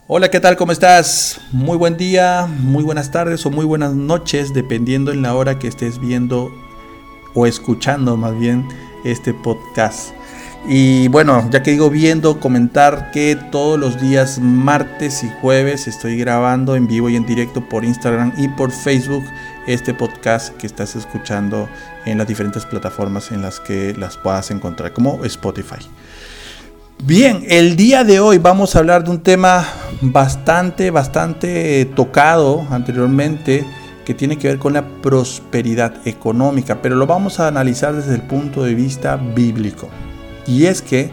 Hola, ¿qué tal? ¿Cómo estás? Muy buen día, muy buenas tardes o muy buenas noches, dependiendo en la hora que estés viendo o escuchando más bien este podcast. Y bueno, ya que digo viendo, comentar que todos los días martes y jueves estoy grabando en vivo y en directo por Instagram y por Facebook este podcast que estás escuchando en las diferentes plataformas en las que las puedas encontrar, como Spotify. Bien, el día de hoy vamos a hablar de un tema bastante tocado anteriormente, que tiene que ver con la prosperidad económica, pero lo vamos a analizar desde el punto de vista bíblico. Y es que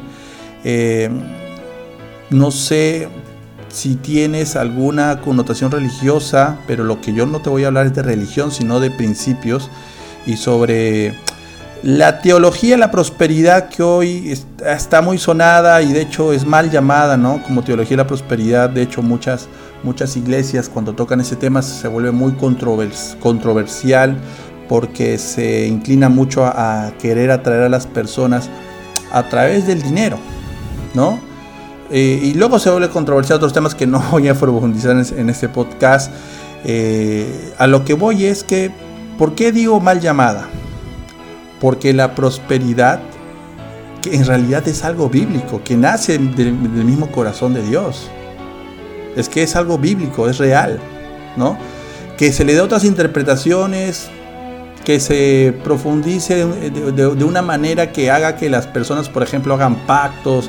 no sé si tienes alguna connotación religiosa, pero lo que yo no te voy a hablar es de religión, sino de principios y sobre la teología de la prosperidad, que hoy está muy sonada y de hecho es mal llamada, ¿no? Como teología de la prosperidad. De hecho muchas iglesias cuando tocan ese tema se vuelve muy controversial, porque se inclina mucho a querer atraer a las personas a través del dinero, ¿no? Y luego se vuelve controversial otros temas que no voy a profundizar en este podcast. A lo que voy es que, ¿por qué digo mal llamada? Porque la prosperidad, que en realidad es algo bíblico, que nace del mismo corazón de Dios. Es que es algo bíblico, es real, ¿no? Que se le dé otras interpretaciones, que se profundice de una manera que haga que las personas, por ejemplo, hagan pactos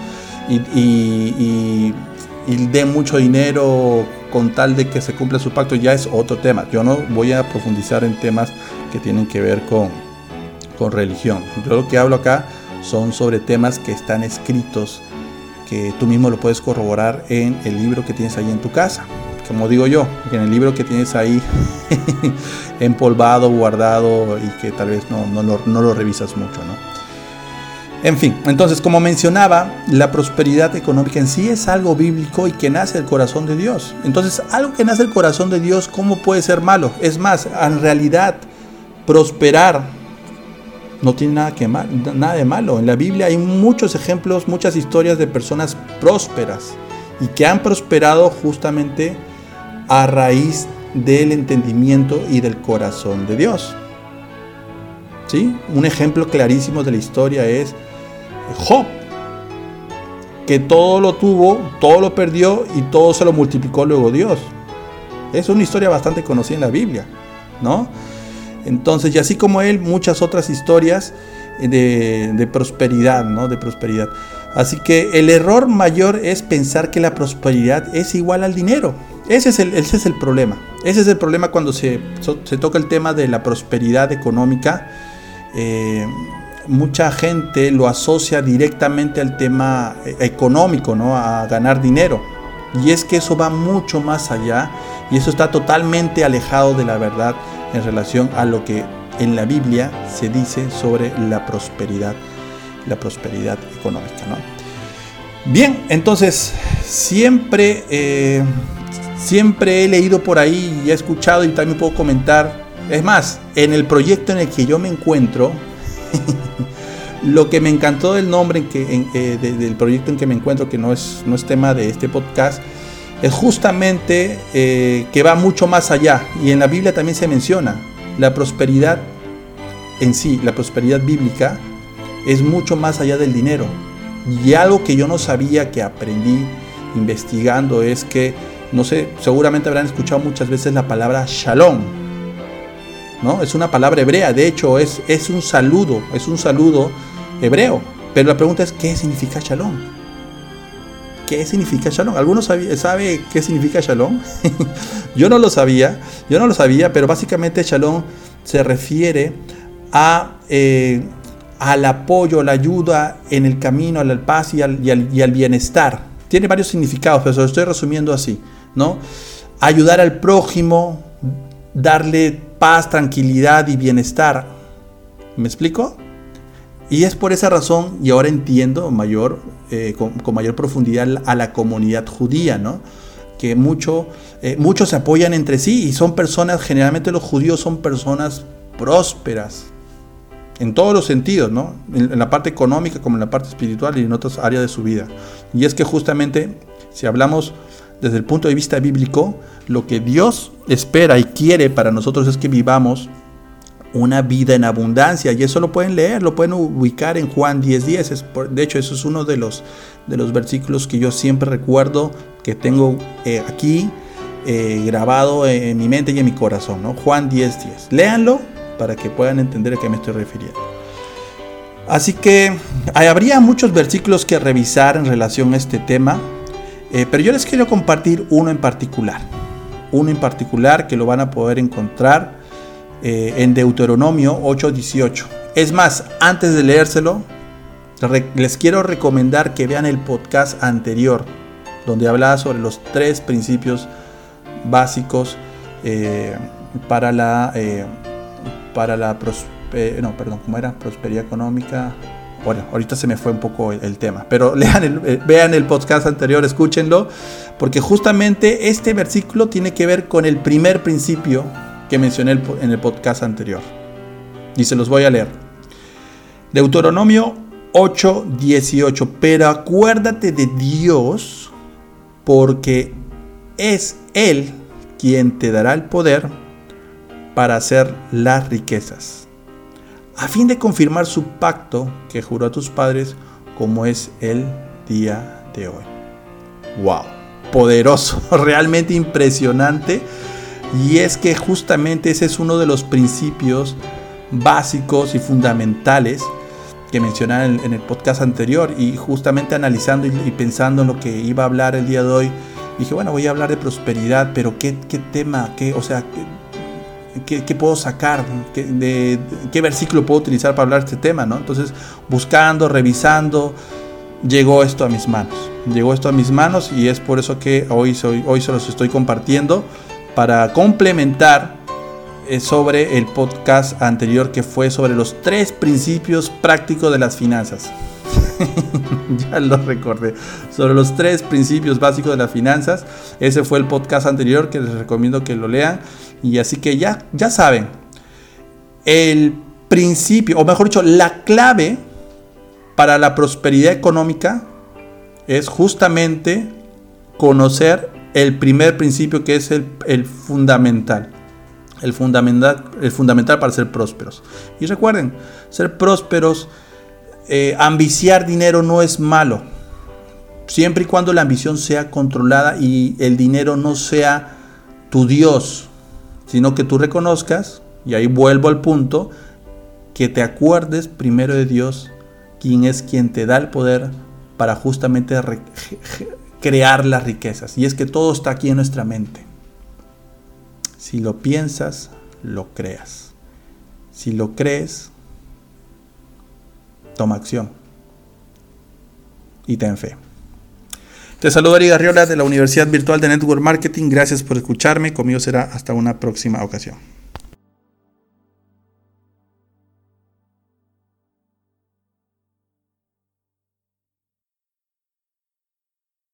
y den mucho dinero con tal de que se cumpla su pacto, ya es otro tema. Yo no voy a profundizar en temas que tienen que ver con religión. Yo lo que hablo acá son sobre temas que están escritos, que tú mismo lo puedes corroborar en el libro que tienes ahí en tu casa. Como digo yo, en el libro que tienes ahí empolvado, guardado, y que tal vez no lo revisas mucho, ¿no? En fin, entonces, como mencionaba, la prosperidad económica en sí es algo bíblico y que nace del corazón de Dios. Entonces, algo que nace del corazón de Dios, ¿cómo puede ser malo? Es más, en realidad, prosperar no tiene nada de malo. En la Biblia hay muchos ejemplos, muchas historias de personas prósperas y que han prosperado justamente a raíz del entendimiento y del corazón de Dios. ¿Sí? Un ejemplo clarísimo de la historia es Job, que todo lo tuvo, todo lo perdió y todo se lo multiplicó luego Dios. Es una historia bastante conocida en la Biblia, ¿no? Entonces, y así como él, muchas otras historias de prosperidad, ¿no? De prosperidad. Así que el error mayor es pensar que la prosperidad es igual al dinero. Ese es el problema. Ese es el problema cuando se toca el tema de la prosperidad económica. Mucha gente lo asocia directamente al tema económico, ¿no? A ganar dinero. Y es que eso va mucho más allá, y eso está totalmente alejado de la verdad en relación a lo que en la Biblia se dice sobre la prosperidad económica, ¿no? Bien, entonces siempre he leído por ahí y he escuchado y también puedo comentar. Es más, en el proyecto en el que yo me encuentro, lo que me encantó del nombre del proyecto en que me encuentro, que no es tema de este podcast, es justamente que va mucho más allá. Y en la Biblia también se menciona la prosperidad en sí. La prosperidad bíblica es mucho más allá del dinero. Y algo que yo no sabía, que aprendí investigando, es que, no sé, seguramente habrán escuchado muchas veces la palabra shalom, ¿no? Es una palabra hebrea. De hecho es un saludo hebreo. Pero la pregunta es, ¿qué significa shalom? ¿Qué significa shalom? ¿Alguno sabe qué significa shalom? Yo no lo sabía, pero básicamente shalom se refiere al apoyo, la ayuda en el camino, a la paz y al bienestar. Tiene varios significados, pero se lo estoy resumiendo así, ¿no? Ayudar al prójimo, darle paz, tranquilidad y bienestar. ¿Me explico? Y es por esa razón, y ahora entiendo con mayor profundidad a la comunidad judía, ¿no? Que muchos se apoyan entre sí y son personas, generalmente los judíos son personas prósperas en todos los sentidos, ¿no? En la parte económica como en la parte espiritual y en otras áreas de su vida. Y es que justamente, si hablamos desde el punto de vista bíblico, lo que Dios espera y quiere para nosotros es que vivamos una vida en abundancia, y eso lo pueden leer, lo pueden ubicar en Juan 10:10. De hecho, eso es uno de los versículos que yo siempre recuerdo, que tengo aquí grabado en mi mente y en mi corazón, ¿no? Juan 10:10. Léanlo para que puedan entender a qué me estoy refiriendo. Así que habría muchos versículos que revisar en relación a este tema, pero yo les quiero compartir uno en particular que lo van a poder encontrar en Deuteronomio 8:18. Es más, antes de leérselo, les quiero recomendar que vean el podcast anterior, donde hablaba sobre los 3 principios básicos para la prosperidad económica. Bueno, ahorita se me fue un poco el tema, pero vean el podcast anterior, escúchenlo, porque justamente este versículo tiene que ver con el primer principio que mencioné en el podcast anterior. Y se los voy a leer. Deuteronomio 8:18. Pero acuérdate de Dios, porque es Él quien te dará el poder para hacer las riquezas, a fin de confirmar su pacto que juró a tus padres, como es el día de hoy. ¡Wow! Poderoso, realmente impresionante. Y es que justamente ese es uno de los principios básicos y fundamentales que mencionaba en el podcast anterior. Y justamente analizando y pensando en lo que iba a hablar el día de hoy, dije, bueno, voy a hablar de prosperidad, pero ¿qué tema? ¿Qué puedo sacar? ¿Qué versículo puedo utilizar para hablar de este tema, ¿no? Entonces, buscando, revisando, llegó esto a mis manos. Y es por eso que hoy se los estoy compartiendo, para complementar sobre el podcast anterior, que fue sobre los 3 principios prácticos de las finanzas. Ya lo recordé, sobre los 3 principios básicos de las finanzas. Ese fue el podcast anterior, que les recomiendo que lo lean. Y así que ya saben, el principio, o mejor dicho, la clave para la prosperidad económica es justamente conocer el primer principio, que es el fundamental. El fundamental para ser prósperos. Y recuerden, ser prósperos, ambiciar dinero no es malo, siempre y cuando la ambición sea controlada y el dinero no sea tu Dios, sino que tú reconozcas, y ahí vuelvo al punto, que te acuerdes primero de Dios, quien te da el poder para justamente crear las riquezas. Y es que todo está aquí en nuestra mente. Si lo piensas, lo creas. Si lo crees, toma acción y ten fe. Te saludo, Ari Garriola, de la Universidad Virtual de Network Marketing. Gracias por escucharme. Conmigo será hasta una próxima ocasión.